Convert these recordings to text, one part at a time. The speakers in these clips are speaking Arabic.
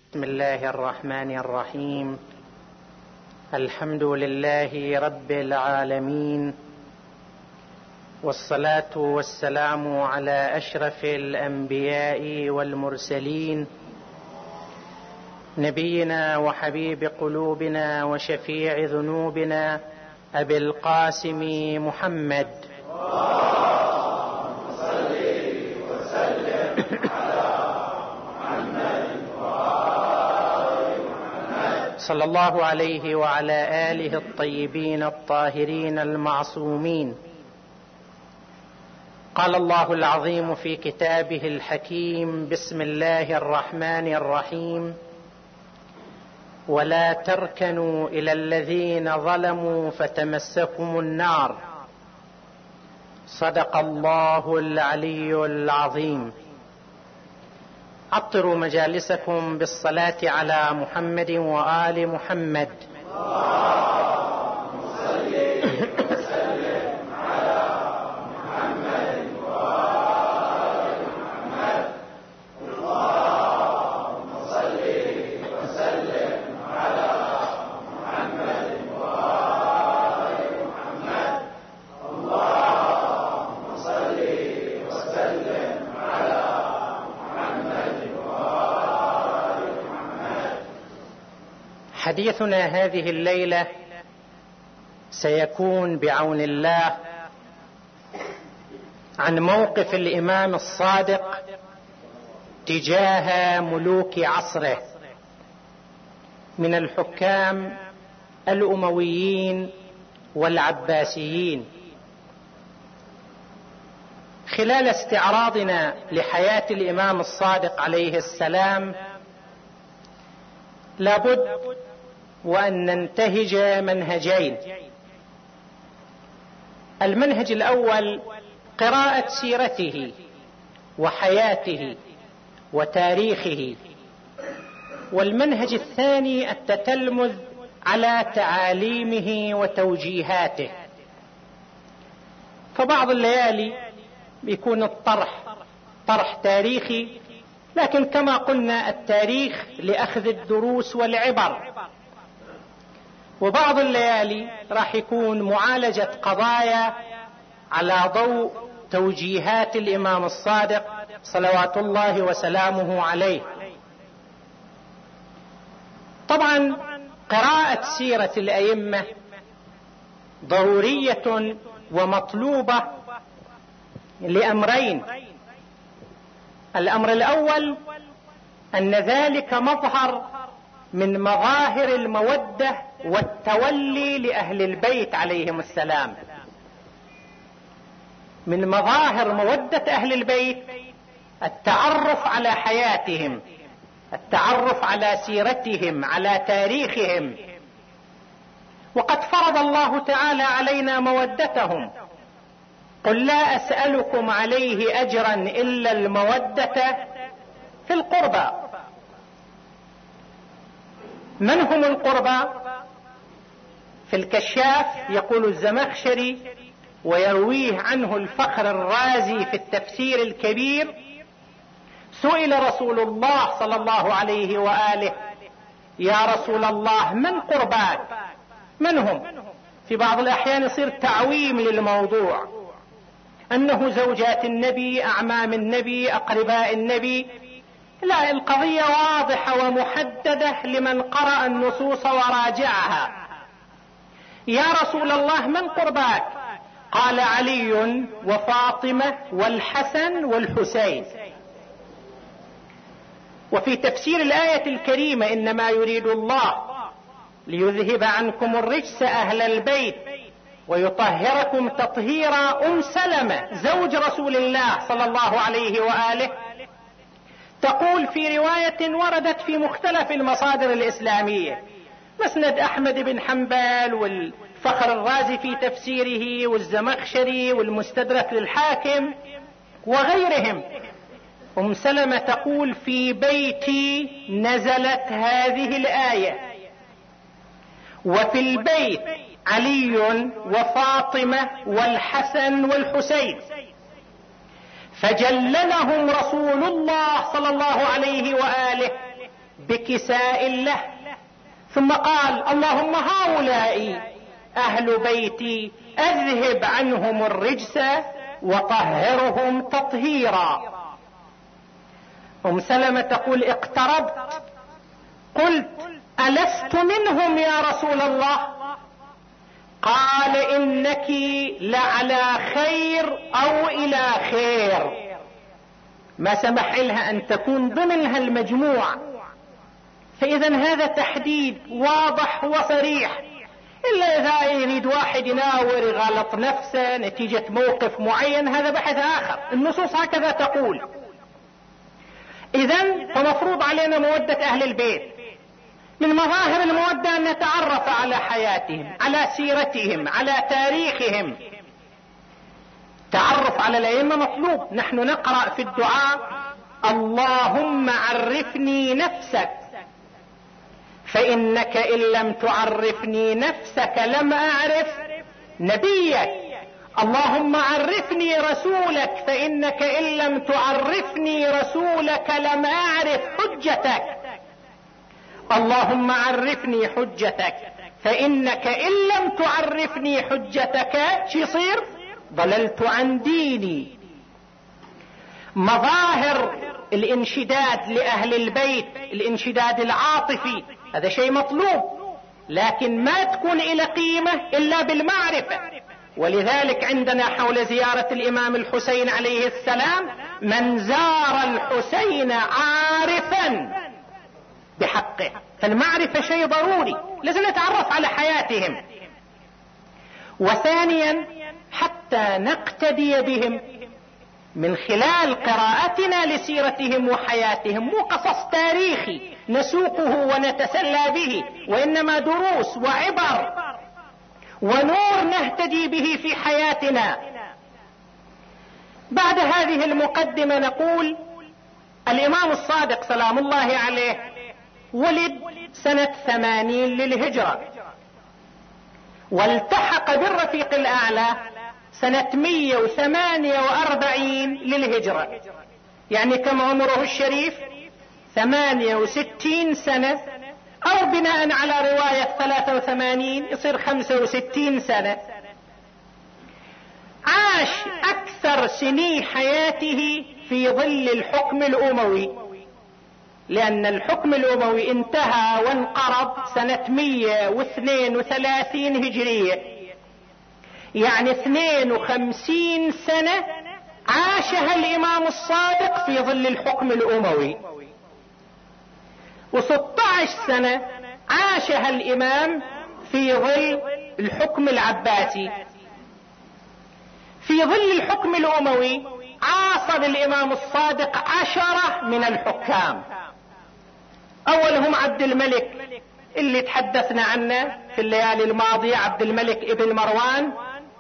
بسم الله الرحمن الرحيم. الحمد لله رب العالمين، والصلاة والسلام على أشرف الأنبياء والمرسلين، نبينا وحبيب قلوبنا وشفيع ذنوبنا أبي القاسم محمد. صلى الله عليه وعلى آله الطيبين الطاهرين المعصومين. قال الله العظيم في كتابه الحكيم: بسم الله الرحمن الرحيم: ولا تركنوا إلى الذين ظلموا فتمسكم النار. صدق الله العلي العظيم. عطروا مجالسكم بالصلاة على محمد وآل محمد. اللهم صل وسلم على محمد وآل محمد. اللهم صل وسلم على محمد وآل محمد. اللهم صل وسلم على حديثنا هذه الليلة سيكون بعون الله عن موقف الإمام الصادق تجاه ملوك عصره من الحكام الأمويين والعباسيين. خلال استعراضنا لحياة الإمام الصادق عليه السلام لابد وأن ننتهج منهجين. المنهج الأول قراءة سيرته وحياته وتاريخه، والمنهج الثاني التتلمذ على تعاليمه وتوجيهاته. فبعض الليالي بيكون الطرح تاريخي، لكن كما قلنا التاريخ لأخذ الدروس والعبر، وبعض الليالي راح يكون معالجة قضايا على ضوء توجيهات الإمام الصادق صلوات الله وسلامه عليه. طبعا قراءة سيرة الأئمة ضرورية ومطلوبة لأمرين. الأمر الأول أن ذلك مظهر من مظاهر المودة والتولي لأهل البيت عليهم السلام. من مظاهر مودة أهل البيت التعرف على حياتهم، التعرف على سيرتهم، على تاريخهم، وقد فرض الله تعالى علينا مودتهم. قل لا أسألكم عليه أجرا إلا المودة في القربى. من هم القربى؟ في الكشاف يقول الزمخشري ويرويه عنه الفخر الرازي في التفسير الكبير: سئل رسول الله صلى الله عليه وآله: يا رسول الله من قرباك؟ من هم؟ في بعض الأحيان يصير تعويم للموضوع، أنه زوجات النبي، أعمام النبي، أقرباء النبي. لا، القضية واضحة ومحددة لمن قرأ النصوص وراجعها. يا رسول الله من قرباك؟ قال: علي وفاطمة والحسن والحسين. وفي تفسير الآية الكريمة: إنما يريد الله ليذهب عنكم الرجس أهل البيت ويطهركم تطهيرا. سلمة زوج رسول الله صلى الله عليه وآله تقول في رواية وردت في مختلف المصادر الإسلامية، مسند أحمد بن حنبل والفخر الرازي في تفسيره والزمخشري والمستدرك للحاكم وغيرهم، سلمة تقول: في بيتي نزلت هذه الآية، وفي البيت علي وفاطمة والحسن والحسين. فجللهم رسول الله صلى الله عليه وآله بكساء له، ثم قال: اللهم هؤلاء أهل بيتي أذهب عنهم الرجس وطهرهم تطهيرا. سلمة تقول: اقتربت قلت: ألست منهم يا رسول الله؟ قال: إنك لعلى خير أو إلى خير. ما سمح لها أن تكون ضمن هالمجموعة. فإذا هذا تحديد واضح وصريح، إلا إذا يريد واحد يناور يغلط نفسه نتيجة موقف معين، هذا بحث آخر. النصوص هكذا تقول. إذن فمفروض علينا مودة أهل البيت. من مظاهر المودة أن نتعرف على حياتهم، على سيرتهم، على تاريخهم. تعرف على الأئمة مطلوب. نحن نقرأ في الدعاء: اللهم عرفني نفسك فإنك إن لم تعرفني نفسك لم أعرف نبيك. اللهم عرفني رسولك فإنك إن لم تعرفني رسولك لم أعرف حجتك. اللهم عرفني حجتك فإنك إن لم تعرفني حجتك شو يصير؟ ضللت عن ديني. مظاهر الانشداد لأهل البيت، الانشداد العاطفي، هذا شيء مطلوب، لكن ما تكون إلى قيمة إلا بالمعرفة. ولذلك عندنا حول زيارة الإمام الحسين عليه السلام: من زار الحسين عارفا بحقه. فالمعرفة شيء ضروري، لازم نتعرف على حياتهم. وثانيا حتى نقتدي بهم من خلال قراءتنا لسيرتهم وحياتهم، مو قصص تاريخي نسوقه ونتسلى به، وإنما دروس وعبر ونور نهتدي به في حياتنا. بعد هذه المقدمة نقول: الإمام الصادق سلام الله عليه ولد سنة 80 للهجرة، والتحق بالرفيق الأعلى سنة 148 للهجرة. يعني كم عمره الشريف؟ 68 سنة، أو بناء على رواية 83 يصير 65 سنة. عاش أكثر سني حياته في ظل الحكم الأموي، لأن الحكم الأموي انتهى وانقرض سنة 132 هجرية، يعني 52 سنة عاشها الإمام الصادق في ظل الحكم الأموي، و16 سنة عاشها الإمام في ظل الحكم العباسي. في ظل الحكم الأموي عاصر الإمام الصادق 10 من الحكام. أولهم عبد الملك اللي تحدثنا عنه في الليالي الماضية، عبد الملك ابن مروان،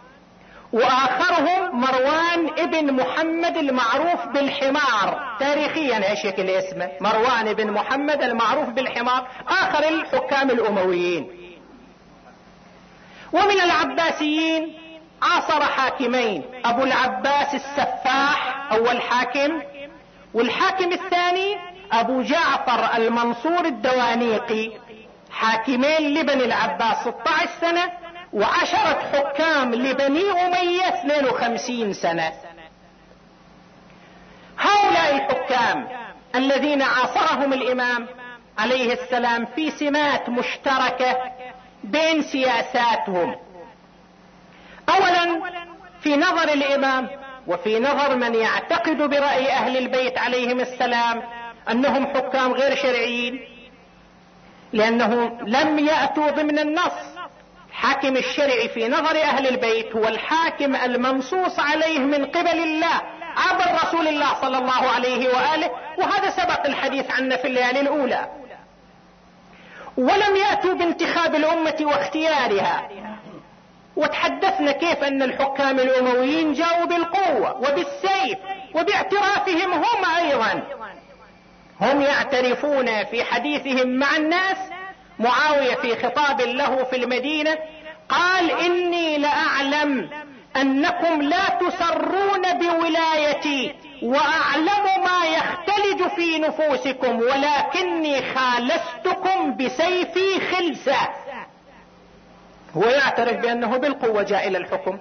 وآخرهم مروان ابن محمد المعروف بالحمار، تاريخيا ايش شكل اسمه؟ مروان ابن محمد المعروف بالحمار، آخر الحكام الأمويين. ومن العباسيين عاصر حاكمين: أبو العباس السفاح أول حاكم، والحاكم الثاني أبو جعفر المنصور الدوانيقي، حاكمين لبني العباس 16 سنة، و10 حكام لبني أمية 52 سنة. هؤلاء الحكام الذين عاصرهم الإمام عليه السلام في سمات مشتركة بين سياساتهم. أولا في نظر الإمام وفي نظر من يعتقد برأي أهل البيت عليهم السلام أنهم حكام غير شرعيين، لأنهم لم يأتوا ضمن النص. الحاكم الشرعي في نظر أهل البيت هو الحاكم المنصوص عليه من قبل الله عبر رسول الله صلى الله عليه وآله، وهذا سبق الحديث عنه في الليالي الأولى. ولم يأتوا بانتخاب الأمة واختيارها، وتحدثنا كيف أن الحكام الأمويين جاءوا بالقوة وبالسيف وباعترافهم هم أيضا. هم يعترفون في حديثهم مع الناس. معاوية في خطاب له في المدينة قال: إني لأعلم أنكم لا تسرون بولايتي وأعلم ما يختلج في نفوسكم، ولكني خاف ما لستكم بسيفي خلسة. هو يعترف بأنه بالقوة جاء إلى الحكم.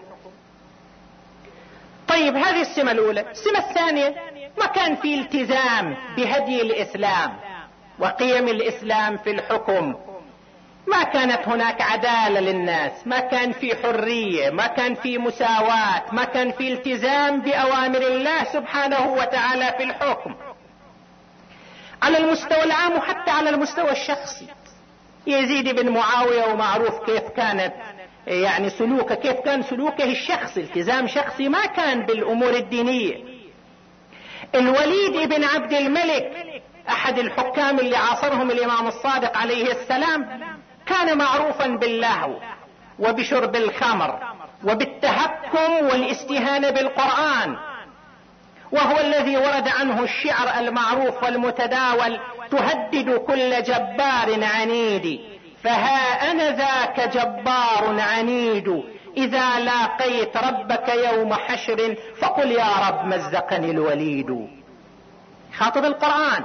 طيب هذه السمة الأولى. السمة الثانية ما كان في التزام بهدي الإسلام وقيم الإسلام في الحكم، ما كانت هناك عدالة للناس، ما كان في حرية، ما كان في مساواة، ما كان في التزام بأوامر الله سبحانه وتعالى في الحكم على المستوى العام وحتى على المستوى الشخصي. يزيد بن معاوية ومعروف كيف كانت يعني سلوكه، كيف كان سلوكه الشخصي، التزام شخصي ما كان بالأمور الدينية. الوليد بن عبد الملك أحد الحكام اللي عاصرهم الإمام الصادق عليه السلام كان معروفا باللهو وبشرب الخمر وبالتهكم والاستهانة بالقرآن، وهو الذي ورد عنه الشعر المعروف والمتداول: تهدد كل جبار عنيد، فها أنا ذاك جبار عنيد، إذا لاقيت ربك يوم حشر فقل يا رب مزقني الوليد. خاطب القرآن.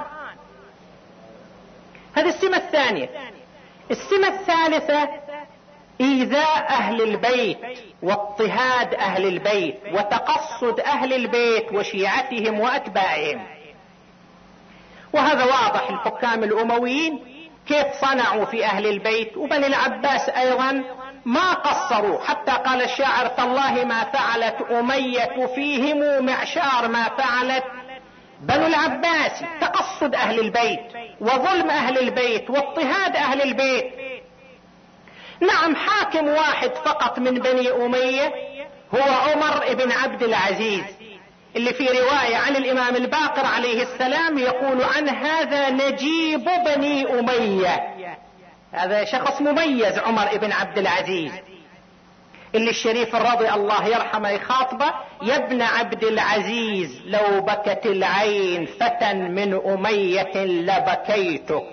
هذه السمة الثانية. السمة الثالثة إيذاء أهل البيت واضطهاد أهل البيت وتقصد أهل البيت وشيعتهم وأتباعهم. وهذا واضح، الحكام الأمويين كيف صنعوا في أهل البيت، وبني العباس أيضا ما قصروا، حتى قال الشاعر: تالله ما فعلت أمية فيهم معشار ما فعلت بنو العباس. تقصد أهل البيت وظلم أهل البيت واضطهاد أهل البيت. نعم، حاكم واحد فقط من بني أمية هو عمر بن عبد العزيز، اللي في رواية عن الإمام الباقر عليه السلام يقول عن هذا نجيب بني أمية. هذا شخص مميز عمر بن عبد العزيز، اللي الشريف الرضي الله يرحمه يخاطبه: يا ابن عبد العزيز لو بكت العين فتى من أمية لبكيتك،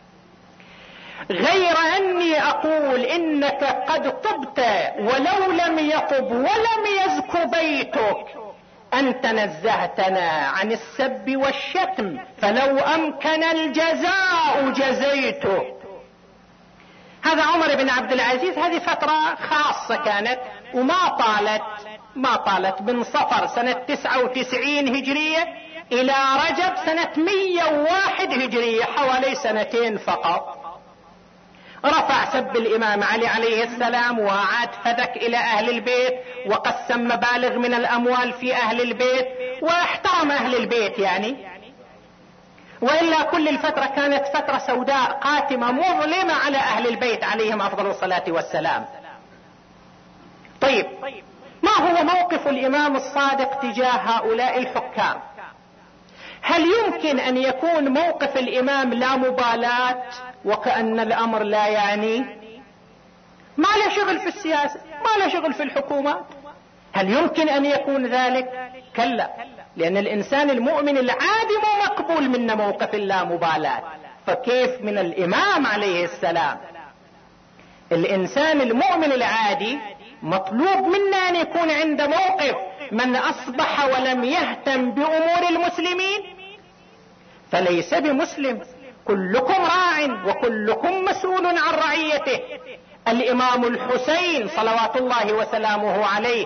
غير أني أقول إنك قد طبت ولو لم يطب ولم يزك بيتك، أنت نزهتنا عن السب والشتم فلو أمكن الجزاء جزيتك. هذا عمر بن عبد العزيز. هذه فترة خاصة كانت وما طالت من صفر سنة 99 هجرية إلى رجب سنة 101 هجرية، حوالي سنتين فقط. رفع سب الإمام علي عليه السلام وأعاد فدك إلى أهل البيت وقسم مبالغ من الأموال في أهل البيت واحترم أهل البيت يعني. وإلا كل الفترة كانت فترة سوداء قاتمة مظلمة على أهل البيت عليهم أفضل الصلاة والسلام. طيب، ما هو موقف الإمام الصادق تجاه هؤلاء الحكام؟ هل يمكن أن يكون موقف الإمام لا مبالاة وكأن الأمر لا يعني؟ ما له شغل في السياسة، ما له شغل في الحكومات. هل يمكن أن يكون ذلك؟ كلا، لأن الإنسان المؤمن العادي مو مقبول منه موقف اللا مبالاة، فكيف من الإمام عليه السلام؟ الإنسان المؤمن العادي مطلوب منا أن يكون عنده موقف. من أصبح ولم يهتم بأمور المسلمين فليس بمسلم. كلكم راع وكلكم مسؤول عن رعيته. الإمام الحسين صلوات الله وسلامه عليه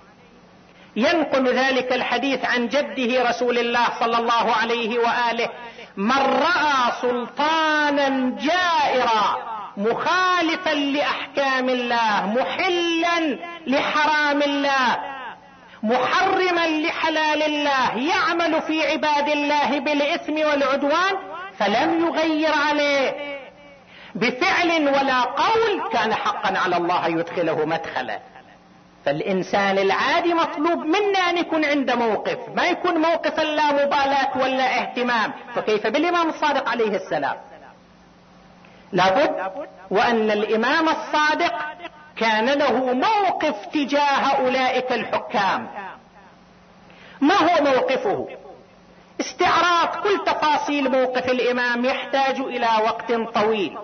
ينقل ذلك الحديث عن جده رسول الله صلى الله عليه وآله: من رأى سلطانا جائرا مخالفا لأحكام الله محلا لحرام الله محرما لحلال الله يعمل في عباد الله بالإثم والعدوان فلم يغير عليه بفعل ولا قول، كان حقا على الله يدخله مدخلا. فالإنسان العادي مطلوب منا أن يكون عنده موقف، ما يكون موقفا لا مبالاة ولا اهتمام. فكيف بالإمام الصادق عليه السلام؟ لابد وأن الإمام الصادق كان له موقف تجاه أولئك الحكام. ما هو موقفه؟ استعراض كل تفاصيل موقف الإمام يحتاج إلى وقت طويل،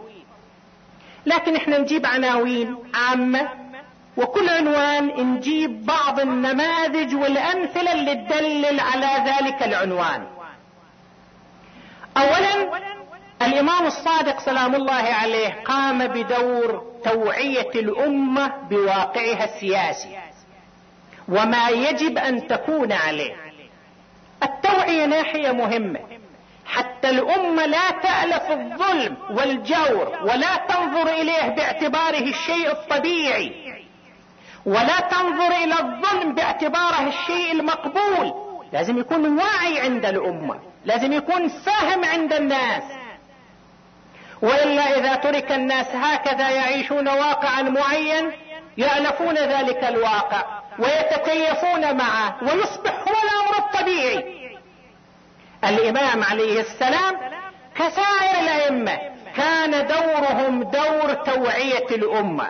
لكن احنا نجيب عناوين عامة، وكل عنوان نجيب بعض النماذج والأمثلة اللي تدلل على ذلك العنوان. أولا، الإمام الصادق سلام الله عليه قام بدور توعية الأمة بواقعها السياسي وما يجب أن تكون عليه. التوعية ناحية مهمة حتى الأمة لا تألف الظلم والجور ولا تنظر إليه باعتباره الشيء الطبيعي، ولا تنظر إلى الظلم باعتباره الشيء المقبول. لازم يكون واعي عند الأمة، لازم يكون فهم عند الناس، وإلا إذا ترك الناس هكذا يعيشون واقعا معين يألفون ذلك الواقع ويتكيفون معه ويصبح هو الأمر الطبيعي. الإمام عليه السلام كسائر الأئمة كان دورهم دور توعية الأمة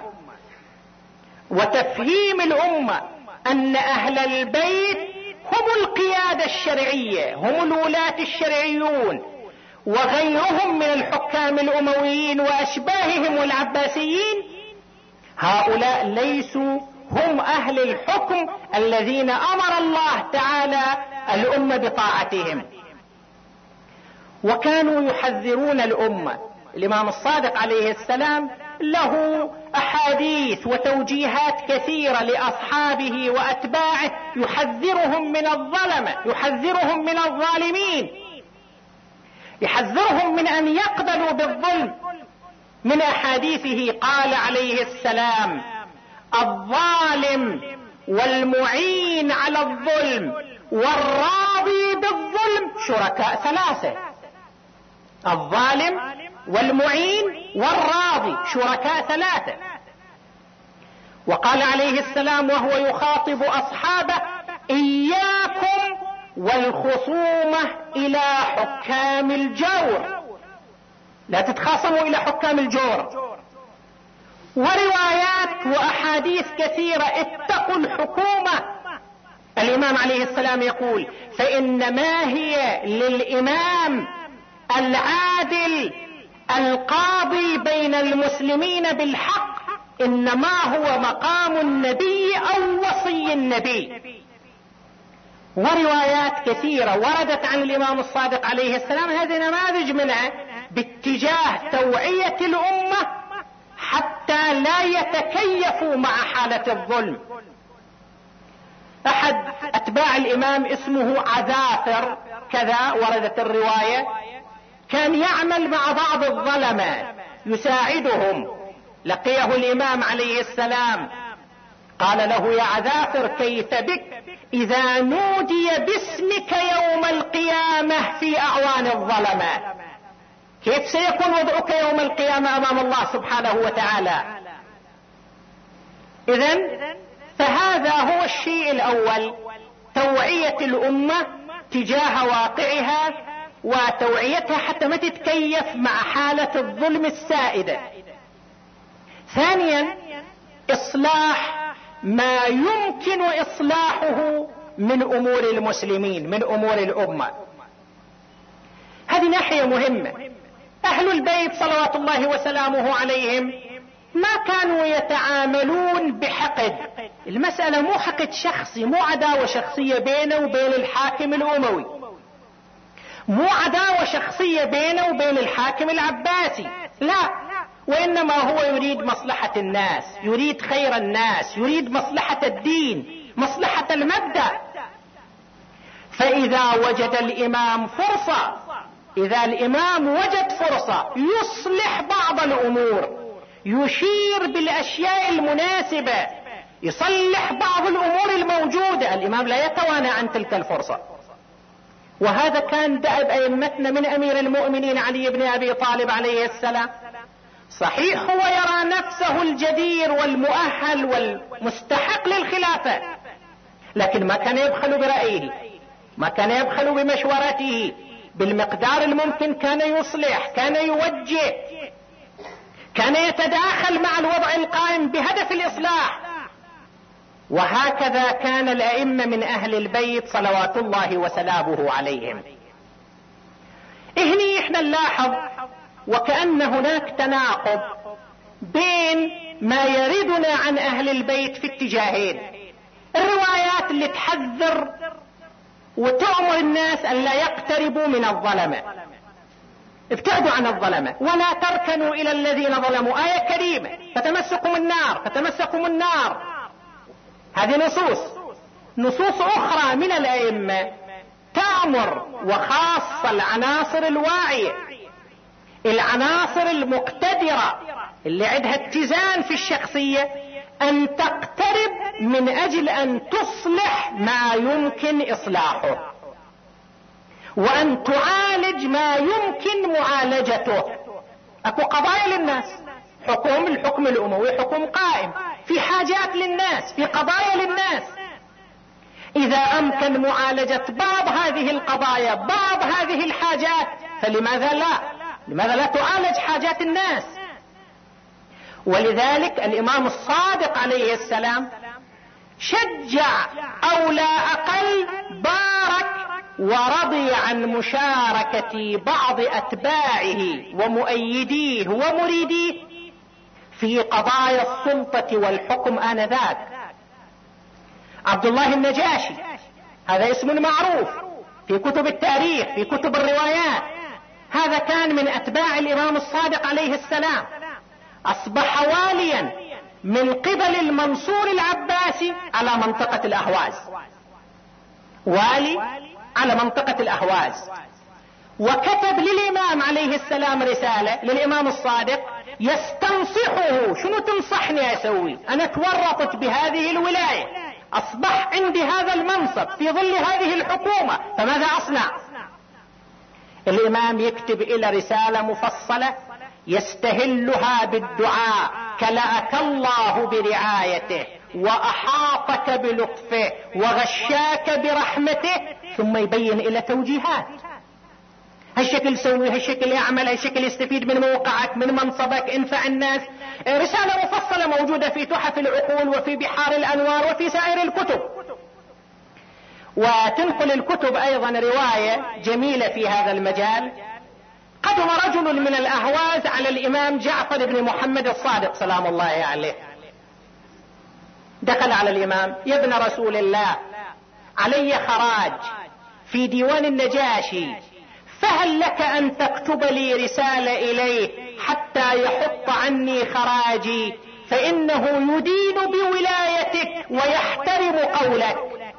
وتفهيم الأمة أن أهل البيت هم القيادة الشرعية، هم الولاة الشرعيون، وغيرهم من الحكام الأمويين وأشباههم والعباسيين هؤلاء ليسوا هم أهل الحكم الذين أمر الله تعالى الأمة بطاعتهم. وكانوا يحذرون الأمة. الإمام الصادق عليه السلام له أحاديث وتوجيهات كثيرة لأصحابه وأتباعه يحذرهم من الظلمة، يحذرهم من الظالمين، يحذرهم من أن يقبلوا بالظلم. من أحاديثه قال عليه السلام: الظالم والمعين على الظلم والراضي بالظلم شركاء ثلاثة. الظالم والمعين والراضي شركاء ثلاثة. وقال عليه السلام وهو يخاطب أصحابه: إياكم والخصومة إلى حكام الجور، لا تتخاصموا إلى حكام الجور. وروايات وأحاديث كثيرة: اتقوا الحكومة. الإمام عليه السلام يقول: فإنما هي للإمام العادل القاضي بين المسلمين بالحق، إنما هو مقام النبي أو وصي النبي. وروايات كثيرة وردت عن الإمام الصادق عليه السلام، هذه نماذج منها باتجاه توعية الأمة حتى لا يتكيفوا مع حالة الظلم. أحد أتباع الإمام اسمه عذافر كذا وردت الرواية، كان يعمل مع بعض الظلمة يساعدهم. لقيه الإمام عليه السلام قال له: يا عذافر كيف بك إذا نودي باسمك يوم القيامة في أعوان الظلمة؟ كيف سيكون وضعك يوم القيامة أمام الله سبحانه وتعالى؟ إذن فهذا هو الشيء الأول، توعية الأمة تجاه واقعها وتوعيتها حتى ما تتكيف مع حالة الظلم السائدة. ثانيا، إصلاح ما يمكن إصلاحه من أمور المسلمين، من أمور الأمة. هذه ناحية مهمة. أهل البيت صلوات الله وسلامه عليهم ما كانوا يتعاملون بحقد. المسألة مو حقد شخصي، مو عداوة شخصية بينه وبين الحاكم الأموي، مو عداوة شخصية بينه وبين الحاكم العباسي، لا، وإنما هو يريد مصلحة الناس، يريد خير الناس، يريد مصلحة الدين، مصلحة المبدأ. فإذا وجد الإمام فرصة، إذا الإمام وجد فرصة يصلح بعض الأمور، يشير بالأشياء المناسبة، يصلح بعض الأمور الموجودة، الإمام لا يتوانى عن تلك الفرصة. وهذا كان دأب أئمتنا من أمير المؤمنين علي بن أبي طالب عليه السلام. صحيح هو يرى نفسه الجدير والمؤهل والمستحق للخلافة، لكن ما كان يبخل برأيه، ما كان يبخل بمشورته، بالمقدار الممكن كان يصلح، كان يوجه، كان يتداخل مع الوضع القائم بهدف الإصلاح. وهكذا كان الأئمة من أهل البيت صلوات الله وسلامه عليهم. إهني إحنا نلاحظ وكأن هناك تناقض بين ما يردنا عن أهل البيت في اتجاهين: الروايات اللي تحذر وتأمر الناس أن لا يقتربوا من الظلمة، ابتعدوا عن الظلمة ولا تركنوا إلى الذين ظلموا، آية كريمة، فتمسكم النار فتمسكم النار. هذه نصوص أخرى من الأئمة تأمر، وخاصة العناصر الواعية، العناصر المقتدرة اللي عندها اتزان في الشخصية، أن تقترب من أجل أن تصلح ما يمكن إصلاحه، وأن تعالج ما يمكن معالجته. أكو قضايا للناس، الحكم الأموي حكم قائم، في حاجات للناس، في قضايا للناس. إذا أمكن معالجة بعض هذه القضايا، بعض هذه الحاجات، فلماذا لا تعالج حاجات الناس؟ ولذلك الإمام الصادق عليه السلام شجع أو لا أقل بارك ورضي عن مشاركة بعض أتباعه ومؤيديه ومريديه في قضايا السلطة والحكم آنذاك. عبد الله النجاشي هذا اسم معروف في كتب التاريخ، في كتب الروايات، هذا كان من أتباع الإمام الصادق عليه السلام، أصبح واليا من قبل المنصور العباسي على منطقة الأهواز، والي على منطقة الأهواز، وكتب للإمام عليه السلام رسالة للإمام الصادق يستنصحه: شنو تنصحني أسوي؟ أنا تورطت بهذه الولاية، أصبح عندي هذا المنصب في ظل هذه الحكومة، فماذا أصنع؟ الإمام يكتب إلى رسالة مفصلة يستهلها بالدعاء: كلأك الله برعايته، وأحاطك بلطفه، وغشاك برحمته، ثم يبين إلى توجيهات: هالشكل سوي، هالشكل يعمل، هالشكل يستفيد من موقعك، من منصبك، انفع الناس. رسالة مفصلة موجودة في تحف العقول وفي بحار الأنوار وفي سائر الكتب. وتنقل الكتب أيضا رواية جميلة في هذا المجال: قدم رجل من الأهواز على الإمام جعفر بن محمد الصادق سلام الله عليه، دخل على الإمام: يا ابن رسول الله، علي خراج في ديوان النجاشي، فهل لك أن تكتب لي رسالة إليه حتى يحط عني خراجي، فإنه يدين بولايتك ويحترم قولك.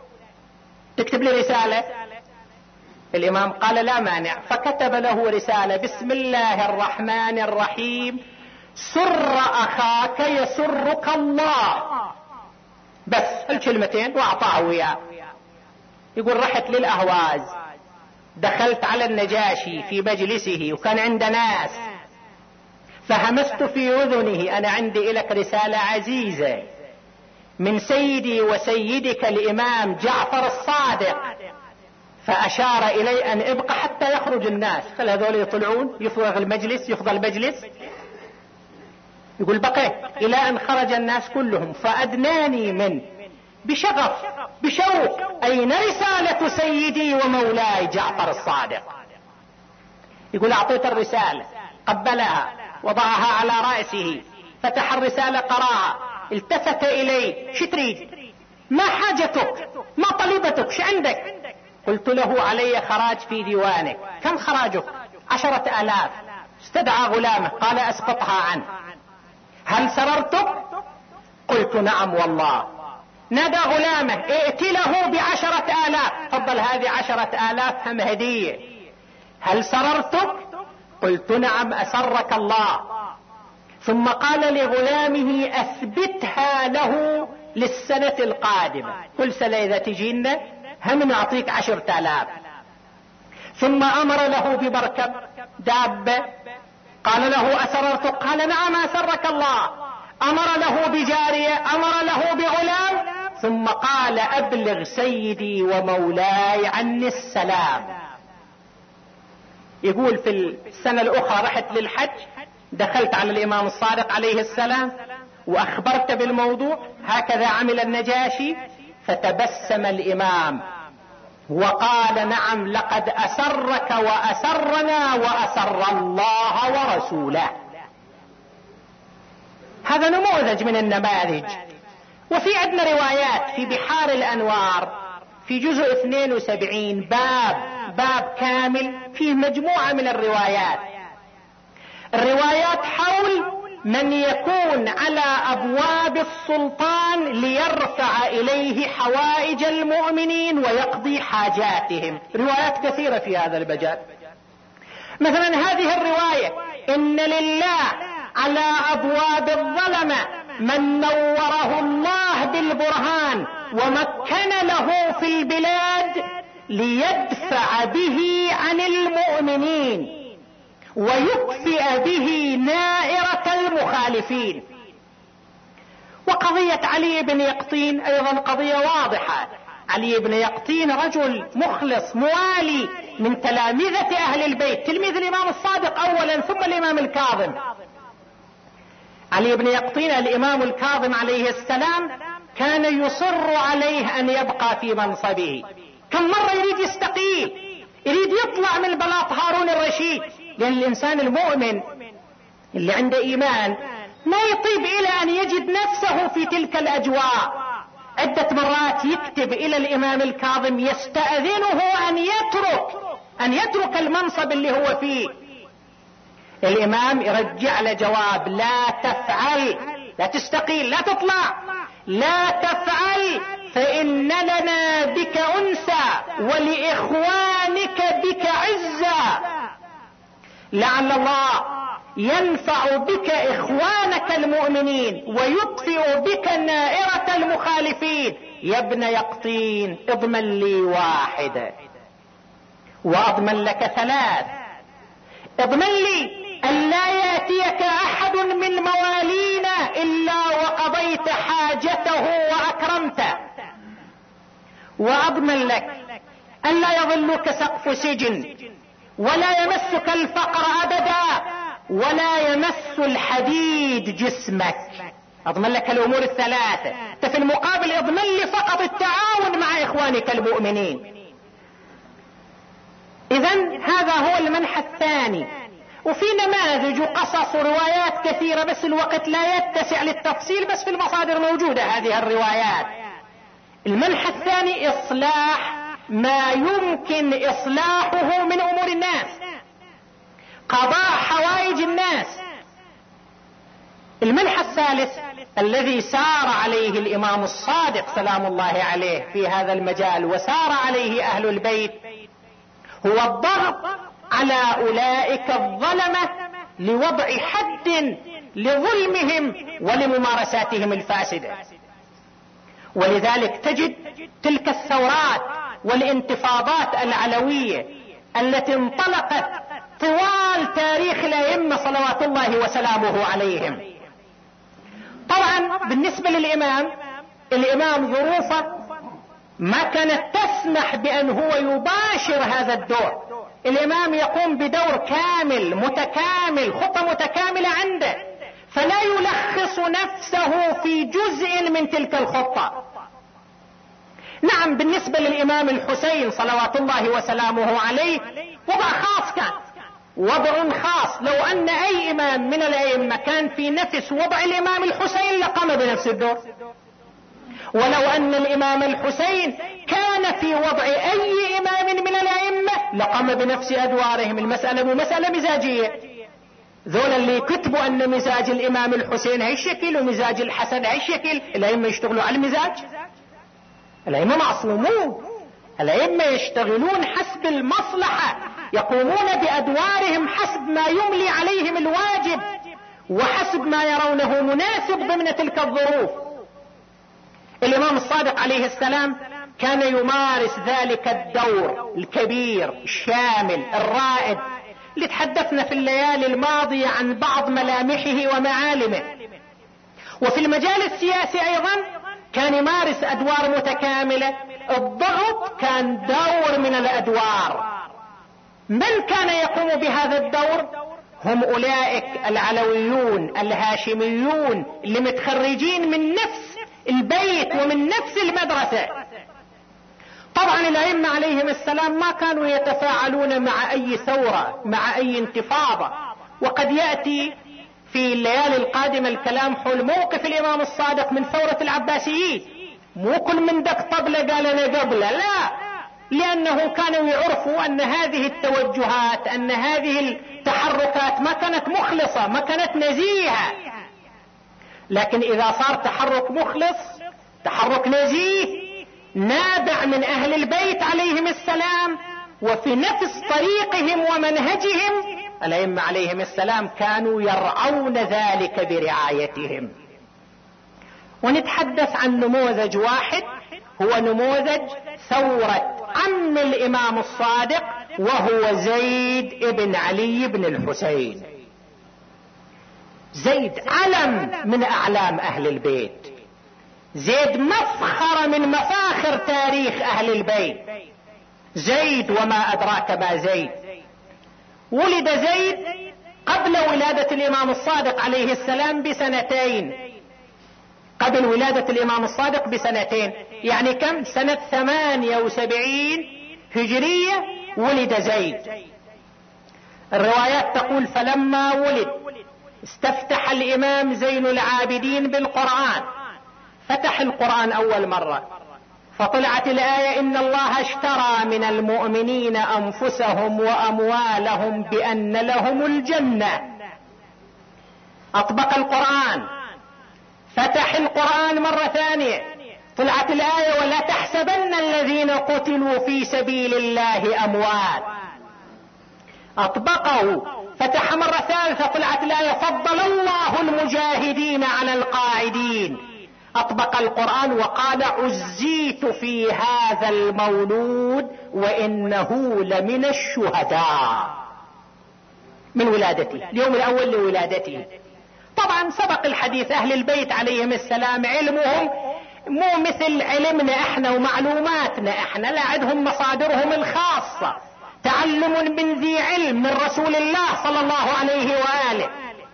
تكتب لي رسالة؟ الإمام قال: لا مانع. فكتب له رسالة: بسم الله الرحمن الرحيم، سر أخاك يسرك الله. بس هالكلمتين وأعطاه وياه. يقول: رحت للأهواز، دخلت على النجاشي في مجلسه وكان عنده ناس، فهمست في أذنه: أنا عندي لك رسالة عزيزة من سيدي وسيدك الإمام جعفر الصادق. فأشار إلي أن ابقى حتى يخرج الناس، خل هذول يطلعون، يفرغ المجلس، يفضل المجلس. يقول: بقيت إلى أن خرج الناس كلهم، فأدناني من بشغف بشوق: أين رسالة سيدي ومولاي جعفر الصادق؟ يقول: أعطيت الرسالة، قبلها، وضعها على رأسه، فتح الرسالة، قرأها، التفت إلي: شو تريد؟ ما حاجتك؟ ما طلبتك؟ شو عندك؟ قلت له: علي خراج في ديوانك. كم خراجك؟ 10,000. استدعى غلامه، قال: أسقطها عنه. هل سررتك؟ قلت: نعم والله. نادى غلامه: ائت له ب10,000. تفضل، هذه 10,000 هم هدية. هل سررتك؟ قلت: نعم أسرك الله. ثم قال لغلامه: أثبتها له للسنة القادمة، كل سنة إذا تجينا هم نعطيك 10,000. ثم أمر له بمركب دابة، قال له: أسررتك؟ قال: نعم أسرك الله. أمر له بجارية، أمر له بغلام، ثم قال: أبلغ سيدي ومولاي عني السلام. يقول: في السنة الأخرى رحت للحج، دخلت على الإمام الصادق عليه السلام وأخبرت بالموضوع. هكذا عمل النجاشي، فتبسم الإمام وقال: نعم، لقد أسرك وأسرنا وأسر الله ورسوله. هذا نموذج من النماذج. وفي عندنا روايات في بحار الأنوار في جزء 72 باب كامل فيه مجموعة من الروايات الروايات حول من يكون على أبواب السلطان ليرفع إليه حوائج المؤمنين ويقضي حاجاتهم. روايات كثيرة في هذا المجال. مثلا هذه الرواية: إن لله على أبواب الظلمة من نوره الله بالبرهان ومكن له في البلاد ليدفع به عن المؤمنين ويكفئ به نائرة المخالفين. وقضية علي بن يقطين أيضا قضية واضحة. علي بن يقطين رجل مخلص موالي من تلامذة أهل البيت، تلميذ الإمام الصادق أولا ثم الإمام الكاظم. علي بن يقطين الإمام الكاظم عليه السلام كان يصر عليه أن يبقى في منصبه. كم مرة يريد يستقيل، يريد يطلع من بلاط هارون الرشيد، لأن الإنسان المؤمن اللي عنده إيمان ما يطيب إلى أن يجد نفسه في تلك الأجواء. عدة مرات يكتب إلى الإمام الكاظم يستأذنه أن يترك المنصب اللي هو فيه. الإمام يرجع له جواب: لا تفعل، لا تستقيل، لا تطلع، لا تفعل، فإن لنا بك أنسا ولإخوانك بك عزا، لعل الله ينفع بك إخوانك المؤمنين ويطفئ بك نائرة المخالفين. يا ابن يقطين اضمن لي واحدة وأضمن لك ثلاث. اضمن لي ألا يأتيك أحد من موالينا إلا وقضيت حاجته وأكرمته، وأضمن لك ألا يظلك سقف سجن، ولا يمسك الفقر أبدا، ولا يمس الحديد جسمك. أضمن لك الأمور الثلاثة. في المقابل اضمن لي فقط التعاون مع إخوانك المؤمنين. إذن هذا هو المنحى الثاني. وفي نماذج وقصص وروايات كثيرة، بس الوقت لا يتسع للتفصيل، بس في المصادر موجودة هذه الروايات. المنحى الثاني: إصلاح ما يمكن إصلاحه من أمور الناس، قضاء حوائج الناس. المنحى الثالث الذي سار عليه الإمام الصادق سلام الله عليه في هذا المجال وسار عليه أهل البيت هو الضغط على أولئك الظلمة لوضع حد لظلمهم ولممارساتهم الفاسدة. ولذلك تجد تلك الثورات والانتفاضات العلوية التي انطلقت طوال تاريخ الأئمة صلوات الله وسلامه عليهم. طبعا بالنسبة الإمام ظروفه ما كانت تسمح بأن هو يباشر هذا الدور. الإمام يقوم بدور كامل متكامل، خطة متكاملة عنده، فلا يلخص نفسه في جزء من تلك الخطة. نعم بالنسبة للإمام الحسين صلوات الله وسلامه عليه وضع خاص، كان وضع خاص. لو أن أي إمام من الأئمة كان في نفس وضع الإمام الحسين لقام بنفس الدور، ولو أن الإمام الحسين كان في وضع أي إمام من الأئمة لقام بنفس أدوارهم. المسألة مسألة مزاجية. ذولا اللي كتبوا أن مزاج الإمام الحسين هالشكل ومزاج الحسن هالشكل، الأئمة يشتغلوا على المزاج؟ الأئمة معصومون، الأئمة يشتغلون حسب المصلحة، يقومون بأدوارهم حسب ما يملي عليهم الواجب وحسب ما يرونه مناسب ضمن تلك الظروف. الإمام الصادق عليه السلام كان يمارس ذلك الدور الكبير الشامل الرائد اللي تحدثنا في الليالي الماضية عن بعض ملامحه ومعالمه. وفي المجال السياسي أيضا كان يمارس أدوار متكاملة. الضغط كان دور من الأدوار. من كان يقوم بهذا الدور؟ هم أولئك العلويون الهاشميون اللي متخرجين من نفس البيت ومن نفس المدرسة. طبعا الأئمة عليهم السلام ما كانوا يتفاعلون مع أي ثورة، مع أي انتفاضة. وقد يأتي في الليالي القادمة الكلام حول موقف الإمام الصادق من ثورة العباسيين. مو كل من دق طبلة قال أنا قبله، لا، لأنه كانوا يعرفوا أن هذه التوجهات، أن هذه التحركات ما كانت مخلصة، ما كانت نزيهة. لكن إذا صار تحرك مخلص، تحرك نزيه نابع من أهل البيت عليهم السلام وفي نفس طريقهم ومنهجهم، الأئمة عليهم السلام كانوا يرعون ذلك برعايتهم. ونتحدث عن نموذج واحد، هو نموذج ثورة عم الإمام الصادق، وهو زيد بن علي بن الحسين. زيد علم من أعلام أهل البيت، زيد مفخر من مفاخر تاريخ أهل البيت. زيد وما أدراك ما زيد. ولد زيد قبل ولادة الإمام الصادق عليه السلام بسنتين، قبل ولادة الإمام الصادق بسنتين، يعني كم؟ سنة 78 هجرية ولد زيد. الروايات تقول فلما ولد استفتح الإمام زين العابدين بالقرآن، فتح القرآن أول مرة فطلعت الآية إن الله اشترى من المؤمنين أنفسهم وأموالهم بأن لهم الجنة. أطبق القرآن، فتح القرآن مرة ثانية، طلعت الآية ولا تحسبن الذين قتلوا في سبيل الله أموات. أطبقه، فتح مرة ثالثة، طلعت الآية فضل الله المجاهدين على القاعدين. أطبق القرآن وقال عزيت في هذا المولود وإنه لمن الشهداء. من ولادته، اليوم الأول لولادته. طبعا سبق الحديث، أهل البيت عليهم السلام علمهم مو مثل علمنا احنا ومعلوماتنا احنا، لا عندهم مصادرهم الخاصة، تعلم من ذي علم من رسول الله صلى الله عليه وآله.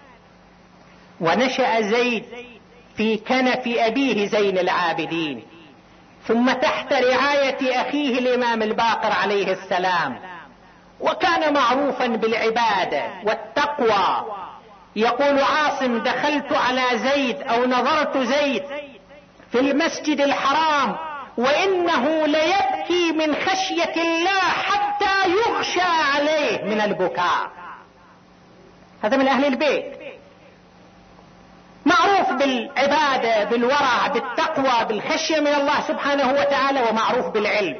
ونشأ زيد في كنف أبيه زين العابدين، ثم تحت رعاية أخيه الإمام الباقر عليه السلام، وكان معروفا بالعبادة والتقوى. يقول عاصم دخلت على زيد أو نظرت زيد في المسجد الحرام وإنه ليبكي من خشية الله حتى يغشى عليه من البكاء. هذا من أهل البيت، معروف بالعبادة بالورع بالتقوى بالخشية من الله سبحانه وتعالى، ومعروف بالعلم.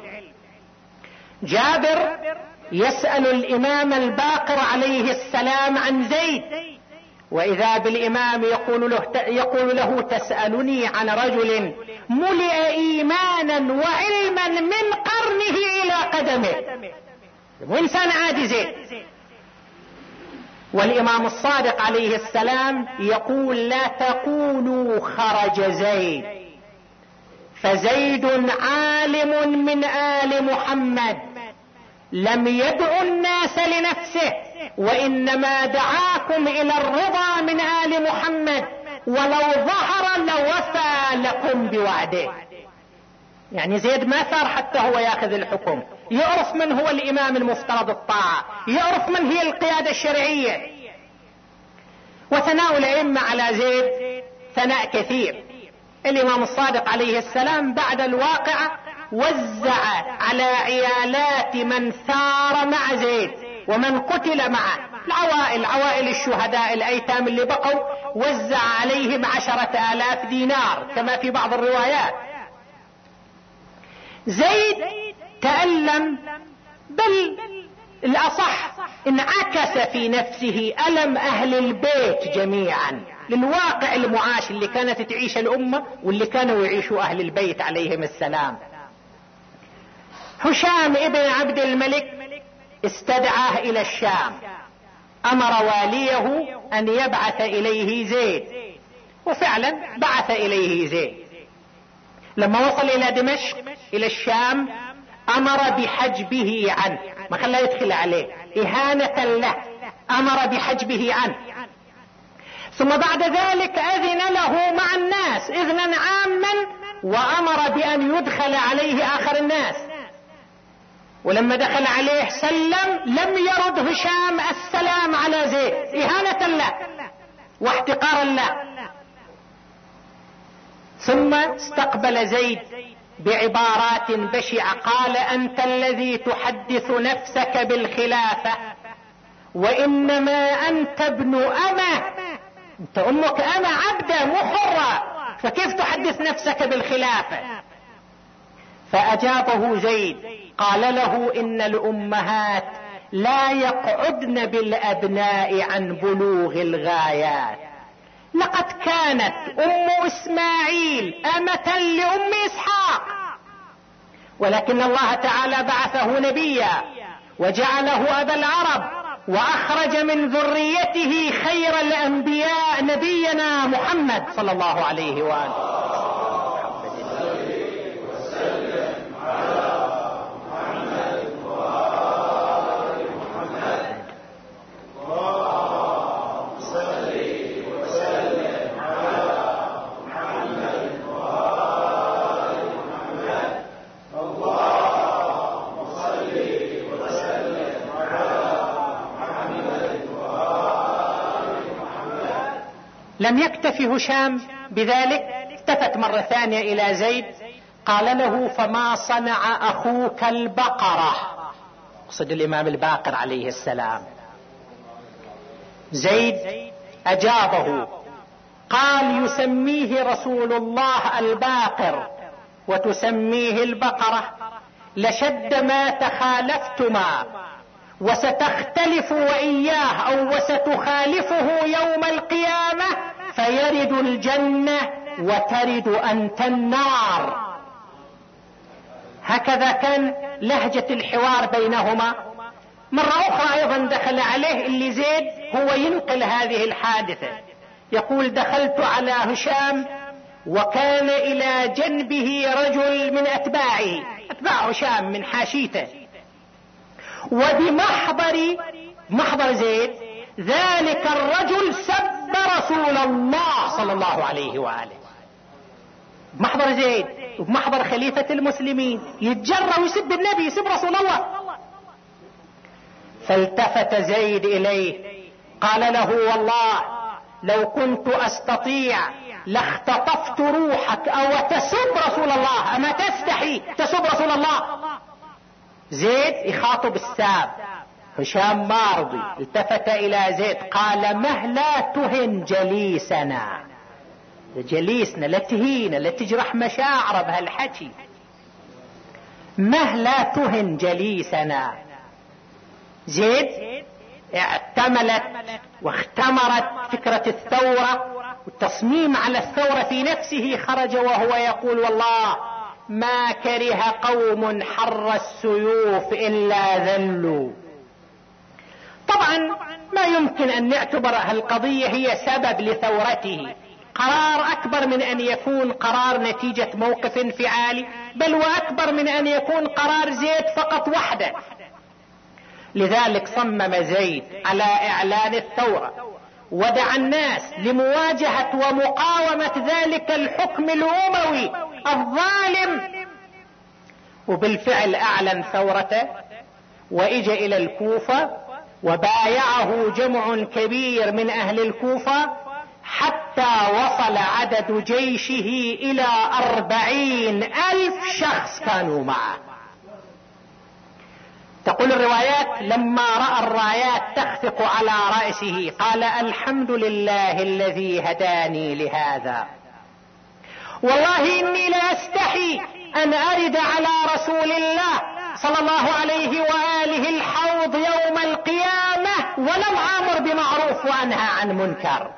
جابر يسأل الإمام الباقر عليه السلام عن زيد، وإذا بالإمام يقول له تسألني عن رجل ملئ إيمانا وعلما من قرنه إلى قدمه، وإنسان عادي زيد. والإمام الصادق عليه السلام يقول لا تقولوا خرج زيد، فزيد عالم من آل محمد لم يدع الناس لنفسه، وإنما دعاكم إلى الرضا من آل محمد، ولو ظهر لوفى لكم بوعده. يعني زيد ما ثار حتى هو ياخذ الحكم، يعرف من هو الإمام المفترض الطاعة، يعرف من هي القيادة الشرعية. وثناء الأئمة على زيد ثناء كثير. الإمام الصادق عليه السلام بعد الواقعة وزع على عيالات من ثار مع زيد ومن قتل معه، عوائل الشهداء الأيتام اللي بقوا، وزع عليهم 10,000 دينار كما في بعض الروايات. زيد تألم، بل الأصح انعكس في نفسه ألم أهل البيت جميعا للواقع المعاش اللي كانت تعيش الأمة واللي كانوا يعيشوا أهل البيت عليهم السلام. هشام ابن عبد الملك استدعاه إلى الشام، أمر واليه أن يبعث إليه زيد، وفعلا بعث إليه زيد. لما وصل إلى دمشق إلى الشام أمر بحجبه عنه، ما خلاه يدخل عليه إهانة له، أمر بحجبه عنه. ثم بعد ذلك أذن له مع الناس إذنا عاما، وأمر بأن يدخل عليه آخر الناس. ولما دخل عليه سلم، لم يرد هشام السلام على زيد إهانة له واحتقارا له. ثم استقبل زيد بعبارات بشعة. قال: أنت الذي تحدث نفسك بالخلافة، وإنما أنت ابن أمة، أنت أمك أمة عبدة مو حرة، فكيف تحدث نفسك بالخلافة؟ فأجابه زيد قال له: إن الأمهات لا يقعدن بالأبناء عن بلوغ الغايات. لقد كانت أم إسماعيل أمة لأم إسحاق، ولكن الله تعالى بعثه نبيا وجعله أبا العرب، وأخرج من ذريته خير الأنبياء نبينا محمد صلى الله عليه وآله. لم يكتف هشام بذلك، التفت مرة ثانية إلى زيد قال له: فما صنع أخوك البقرة؟ قصد الإمام الباقر عليه السلام. زيد أجابه قال: يسميه رسول الله الباقر وتسميه البقرة، لشد ما تخالفتما، وستختلف وإياه أو وستخالفه يوم القيامة، فيرد الجنة وترد أنت النار. هكذا كان لهجة الحوار بينهما. مرة أخرى أيضا دخل عليه اللي زيد هو ينقل هذه الحادثة، يقول: دخلت على هشام وكان إلى جنبه رجل من أتباع هشام من حاشيته، وبمحضر زيد ذلك الرجل سب رسول الله صلى الله عليه وآله. بمحضر زيد وبمحضر خليفة المسلمين يتجرأ ويسب النبي، يسب رسول الله. فالتفت زيد إليه قال له: والله لو كنت أستطيع لاختطفت روحك أو تسب رسول الله، أما تستحي تسب رسول الله؟ زيد يخاطب الساب، هشام ما رضي، التفت إلى زيد قال: مهلا تهن جليسنا، جليسنا لا تهينا لا تجرح مشاعر بهالحكي، مهلا تهن جليسنا. زيد اعتملت واختمرت فكرة الثورة والتصميم على الثورة في نفسه، خرج وهو يقول: والله ما كره قوم حر السيوف إلا ذلوا. طبعا ما يمكن أن نعتبر هالقضية هي سبب لثورته، قرار أكبر من أن يكون قرار نتيجة موقف انفعالي، بل وأكبر من أن يكون قرار زيد فقط وحده. لذلك صمم زيد على إعلان الثورة ودعا الناس لمواجهة ومقاومة ذلك الحكم الأموي الظالم، وبالفعل أعلن ثورته وإجى إلى الكوفة وبايعه جمع كبير من أهل الكوفة، حتى وصل عدد جيشه إلى 40,000 شخص كانوا معه. تقول الروايات: لما رأى الرايات تخفق على رأسه قال: الحمد لله الذي هداني لهذا، والله إني لا أستحي أن أرد على رسول الله صلى الله عليه وآله الحوض يوم القيامة ولم آمر بمعروف وأنهى عن منكر.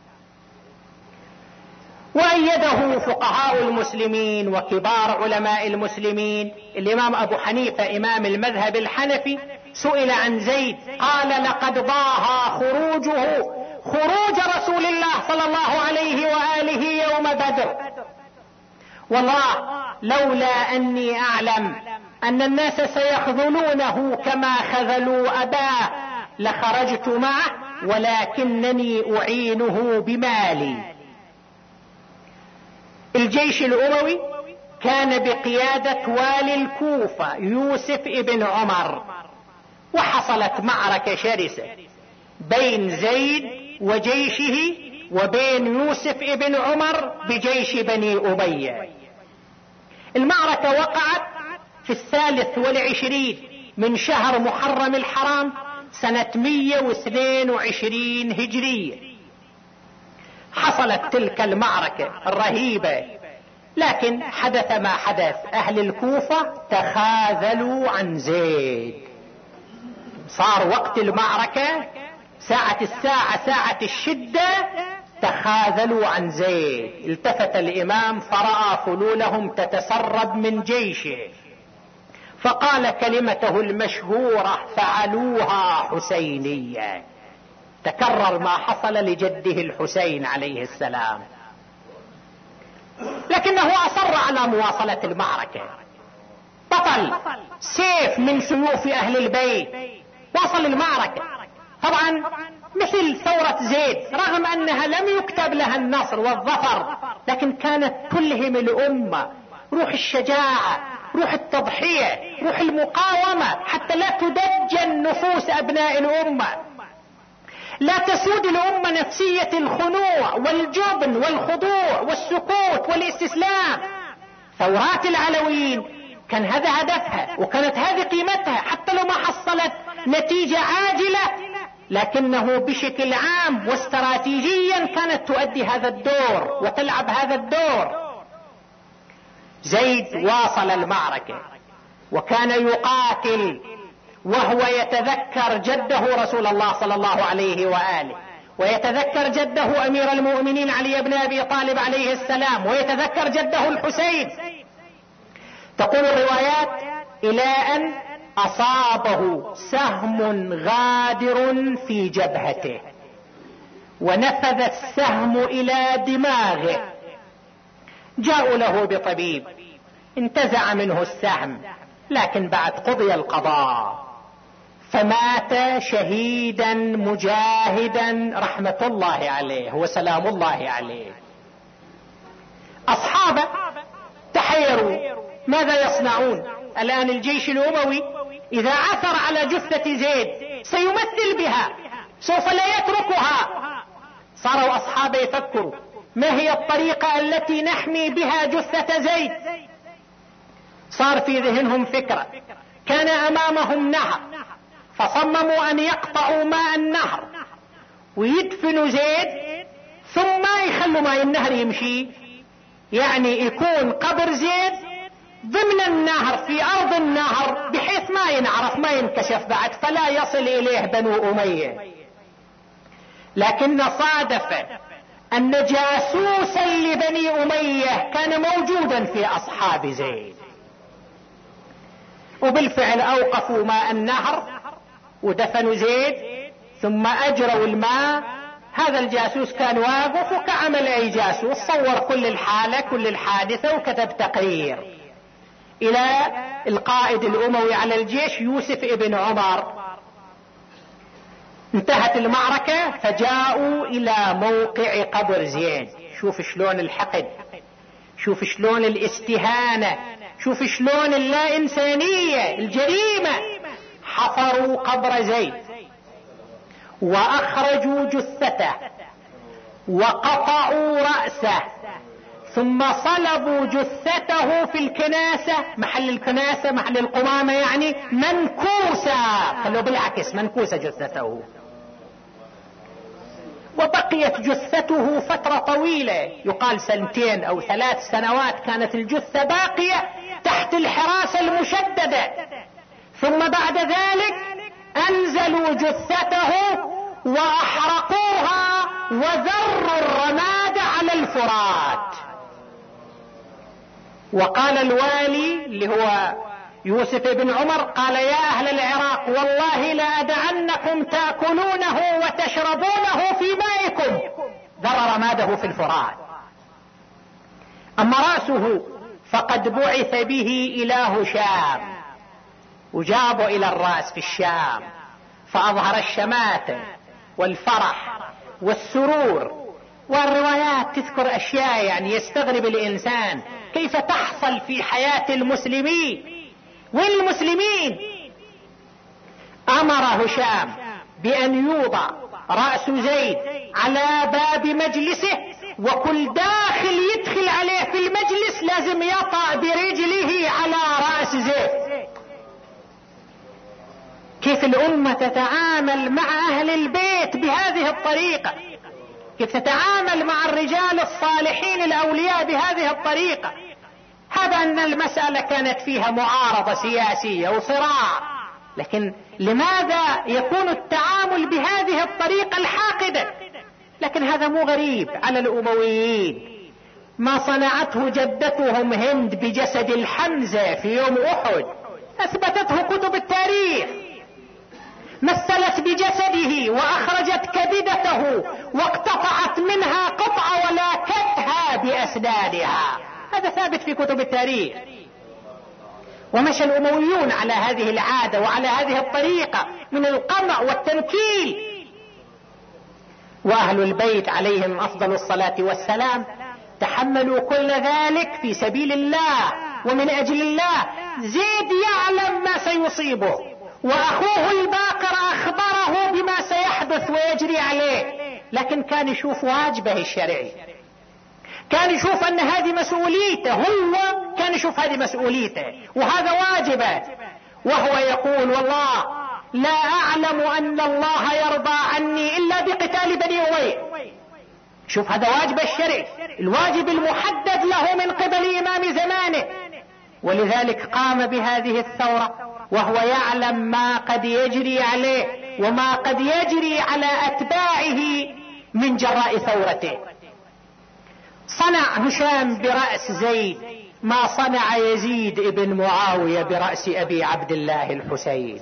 وأيده فقهاء المسلمين وكبار علماء المسلمين. الإمام أبو حنيفة إمام المذهب الحنفي سئل عن زيد قال: لقد ضاهى خروجه خروج رسول الله صلى الله عليه وآله يوم بدر، والله لولا أني أعلم أن الناس سيخذلونه كما خذلوا أباه لخرجت معه، ولكنني أعينه بمالي. الجيش الأموي كان بقيادة والي الكوفة يوسف ابن عمر، وحصلت معركة شرسة بين زيد وجيشه وبين يوسف ابن عمر بجيش بني أمية. المعركة وقعت في 23 من شهر محرم الحرام سنة 122 هجرية. حصلت تلك المعركة الرهيبة، لكن حدث ما حدث. أهل الكوفة تخاذلوا عن زيد. صار وقت المعركة ساعة الساعة، ساعة الشدة، تخاذلوا عن زيد. التفت الإمام فرأى فلولهم تتسرب من جيشه، فقال كلمته المشهورة: فعلوها حسينية. تكرر ما حصل لجده الحسين عليه السلام، لكنه أصر على مواصلة المعركة. بطل سيف من سيوف أهل البيت، واصل المعركة. طبعا مثل ثورة زيد، رغم أنها لم يكتب لها النصر والظفر، لكن كانت تلهم الأمة روح الشجاعة، روح التضحية، روح المقاومة، حتى لا تدجن نفوس أبناء الأمة، لا تسود الأمة نفسية الخنوع والجبن والخضوع والسكوت والاستسلام. ثورات العلويين كان هذا هدفها، وكانت هذه قيمتها، حتى لو ما حصلت نتيجة عاجلة، لكنه بشكل عام واستراتيجيا كانت تؤدي هذا الدور وتلعب هذا الدور. زيد واصل المعركة وكان يقاتل وهو يتذكر جده رسول الله صلى الله عليه وآله، ويتذكر جده أمير المؤمنين علي بن أبي طالب عليه السلام، ويتذكر جده الحسين. تقول الروايات إلى أن أصابه سهم غادر في جبهته، ونفذ السهم إلى دماغه. جاءوا له بطبيب، انتزع منه السهم، لكن بعد قضي القضاء فمات شهيدا مجاهدا رحمة الله عليه وسلام الله عليه. أصحابه تحيروا ماذا يصنعون الآن. الجيش الأموي إذا عثر على جثة زيد سيمثل بها، سوف لا يتركها. صاروا أصحابه يفكروا ما هي الطريقة التي نحمي بها جثة زيد. صار في ذهنهم فكرة، كان أمامهم نهر، فصمموا أن يقطعوا ماء النهر ويدفنوا زيد، ثم يخلوا ماء النهر يمشي، يعني يكون قبر زيد ضمن النهر في أرض النهر، بحيث ما ينعرف ما ينكشف بعد، فلا يصل إليه بنو أمية. لكن صادف أن جاسوسا لبني أمية كان موجودا في أصحاب زيد، وبالفعل أوقفوا ماء النهر ودفنوا زيد ثم أجروا الماء. هذا الجاسوس كان واقف وكعمل أي جاسوس، صور كل الحالة كل الحادثة وكتب تقرير إلى القائد الأموي على الجيش يوسف ابن عمر. انتهت المعركة فجاءوا إلى موقع قبر زيد. شوف شلون الحقد، شوف شلون الاستهانة، شوف شلون اللا إنسانية الجريمة. حفروا قبر زيد وأخرجوا جثته وقطعوا رأسه، ثم صلبوا جثته في الكناسة، محل الكناسة محل القمامة يعني منكوسة، خلوا بالعكس منكوسة جثته. وبقيت جثته فترة طويلة، يقال 2 أو 3 سنوات كانت الجثة باقية تحت الحراسة المشددة. ثم بعد ذلك أنزلوا جثته وأحرقوها وذروا الرماد على الفرات. وقال الوالي اللي هو يوسف بن عمر، قال يا أهل العراق والله لا أدعنكم تأكلونه وتشربونه في مائكم. ذر رماده في الفرات. أما رأسه فقد بعث به إلى هشام، وجابوا إلى الرأس في الشام، فأظهر الشماتة والفرح والسرور. والروايات تذكر أشياء يعني يستغرب الإنسان كيف تحصل في حياة المسلمين. والمسلمين أمر هشام بأن يوضع رأس زيد على باب مجلسه وكل داخل يدخل عليه في المجلس لازم يطأ برجله على رأس زيد. كيف الأمة تتعامل مع أهل البيت بهذه الطريقة، كيف تتعامل مع الرجال الصالحين الأولياء بهذه الطريقة. هذا أن المسألة كانت فيها معارضة سياسية وصراع، لكن لماذا يكون التعامل بهذه الطريقة الحاقدة؟ لكن هذا مو غريب على الأمويين. ما صنعته جدتهم هند بجسد الحمزة في يوم أحد أثبتته كتب التاريخ. مثلت بجسده وأخرجت كبدته واقتطعت منها قطعة ولاكتها بأسنانها، هذا ثابت في كتب التاريخ. ومشى الأمويون على هذه العادة وعلى هذه الطريقة من القمع والتنكيل. وأهل البيت عليهم أفضل الصلاة والسلام تحملوا كل ذلك في سبيل الله ومن أجل الله. زيد يعلم ما سيصيبه، وأخوه الباقر أخبره بما سيحدث ويجري عليه، لكن كان يشوف واجبه الشرعي، كان يشوف أن هذه مسؤوليته، هو كان يشوف هذه مسؤوليته وهذا واجبه. وهو يقول والله لا أعلم أن الله يرضى عني إلا بقتال بني أمية. شوف هذا واجب الشرعي، الواجب المحدد له من قبل إمام زمانه، ولذلك قام بهذه الثورة وهو يعلم ما قد يجري عليه وما قد يجري على أتباعه من جراء ثورته. صنع هشام برأس زيد ما صنع يزيد ابن معاوية برأس أبي عبد الله الحسين.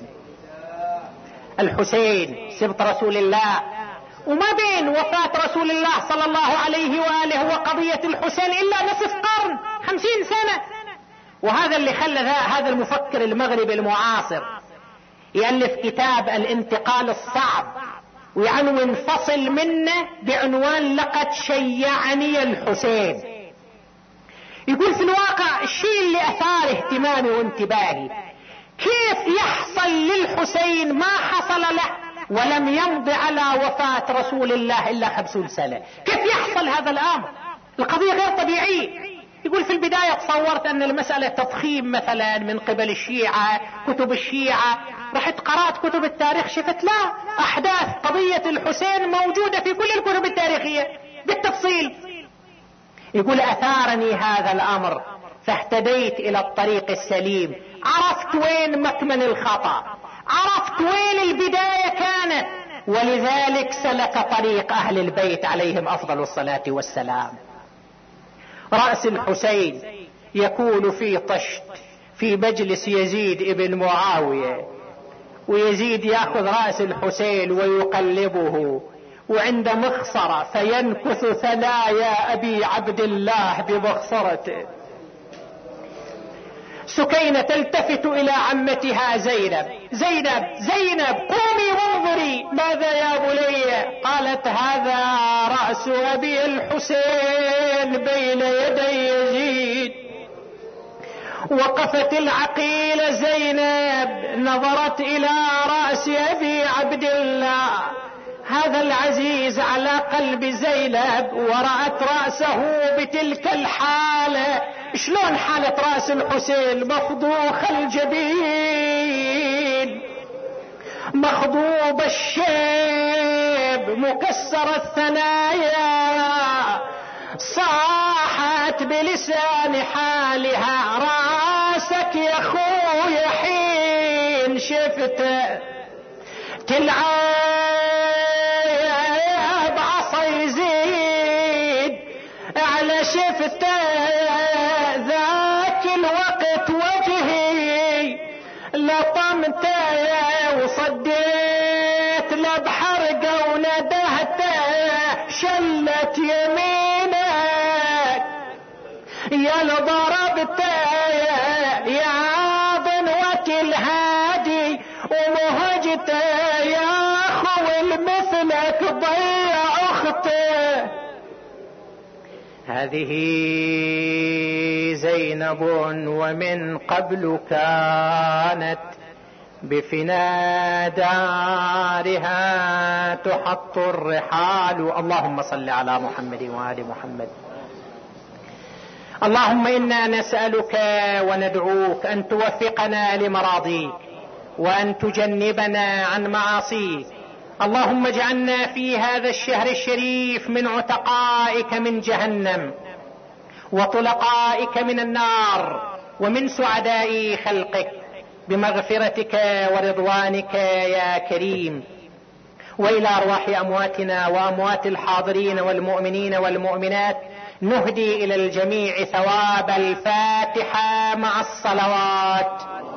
الحسين سبط رسول الله، وما بين وفاة رسول الله صلى الله عليه وآله وقضية الحسين إلا نصف قرن، 50 سنة. وهذا اللي خلى هذا المفكر المغربي المعاصر يألف كتاب الانتقال الصعب ويعنون فصل منه بعنوان لقد شيعني الحسين. يقول في الواقع الشيء اللي أثار اهتمامي وانتباهي كيف يحصل للحسين ما حصل له ولم يمضي على وفاة رسول الله إلا 50 سنة. كيف يحصل هذا الأمر؟ القضية غير طبيعية. يقول في البداية تصورت أن المسألة تضخيم مثلا من قبل الشيعة، كتب الشيعة. رحت قرأت كتب التاريخ شفت لا، أحداث قضية الحسين موجودة في كل الكتب التاريخية بالتفصيل. يقول أثارني هذا الأمر فاهتديت إلى الطريق السليم، عرفت وين مكمن الخطأ، عرفت وين البداية كانت، ولذلك سلك طريق أهل البيت عليهم أفضل الصلاة والسلام. رأس الحسين يكون في طشت في مجلس يزيد ابن معاوية، ويزيد يأخذ رأس الحسين ويقلبه، وعند مخصرة فينكث ثنايا أبي عبد الله بمخصرته. سكينة تلتفت إلى عمتها زينب، زينب زينب قومي وانظري ماذا يا بني؟ قالت هذا رأس أبي الحسين بين يدي يزيد. وقفت العقيلة زينب نظرت إلى رأس أبي عبد الله هذا العزيز على قلب زينب، ورأت رأسه بتلك الحالة. شلون حالة رأس الحسين؟ مفضوخ الجبين، مخضوب الشيب، مكسر الثنايا. صاحت بلسان حالها راسك يا خويا حين شفته تلعب عصا يزيد على شفته. ذاك الوقت وجهي لطمته وصديت له بحرقه وندهته شلت يمينك يا لضربته يا ضنوة الهادي ومهجته يا اخو مثلك ضيع اخته. هذه زينب ومن قبل كانت بفنا دارها تحط الرحال. اللهم صل على محمد وآل محمد. اللهم إنا نسألك وندعوك أن توفقنا لمراضيك وأن تجنبنا عن معاصيك. اللهم اجعلنا في هذا الشهر الشريف من عتقائك من جهنم وطلقائك من النار ومن سعداء خلقك بمغفرتك ورضوانك يا كريم. وإلى أرواح أمواتنا وأموات الحاضرين والمؤمنين والمؤمنات نهدي إلى الجميع ثواب الفاتحة مع الصلوات.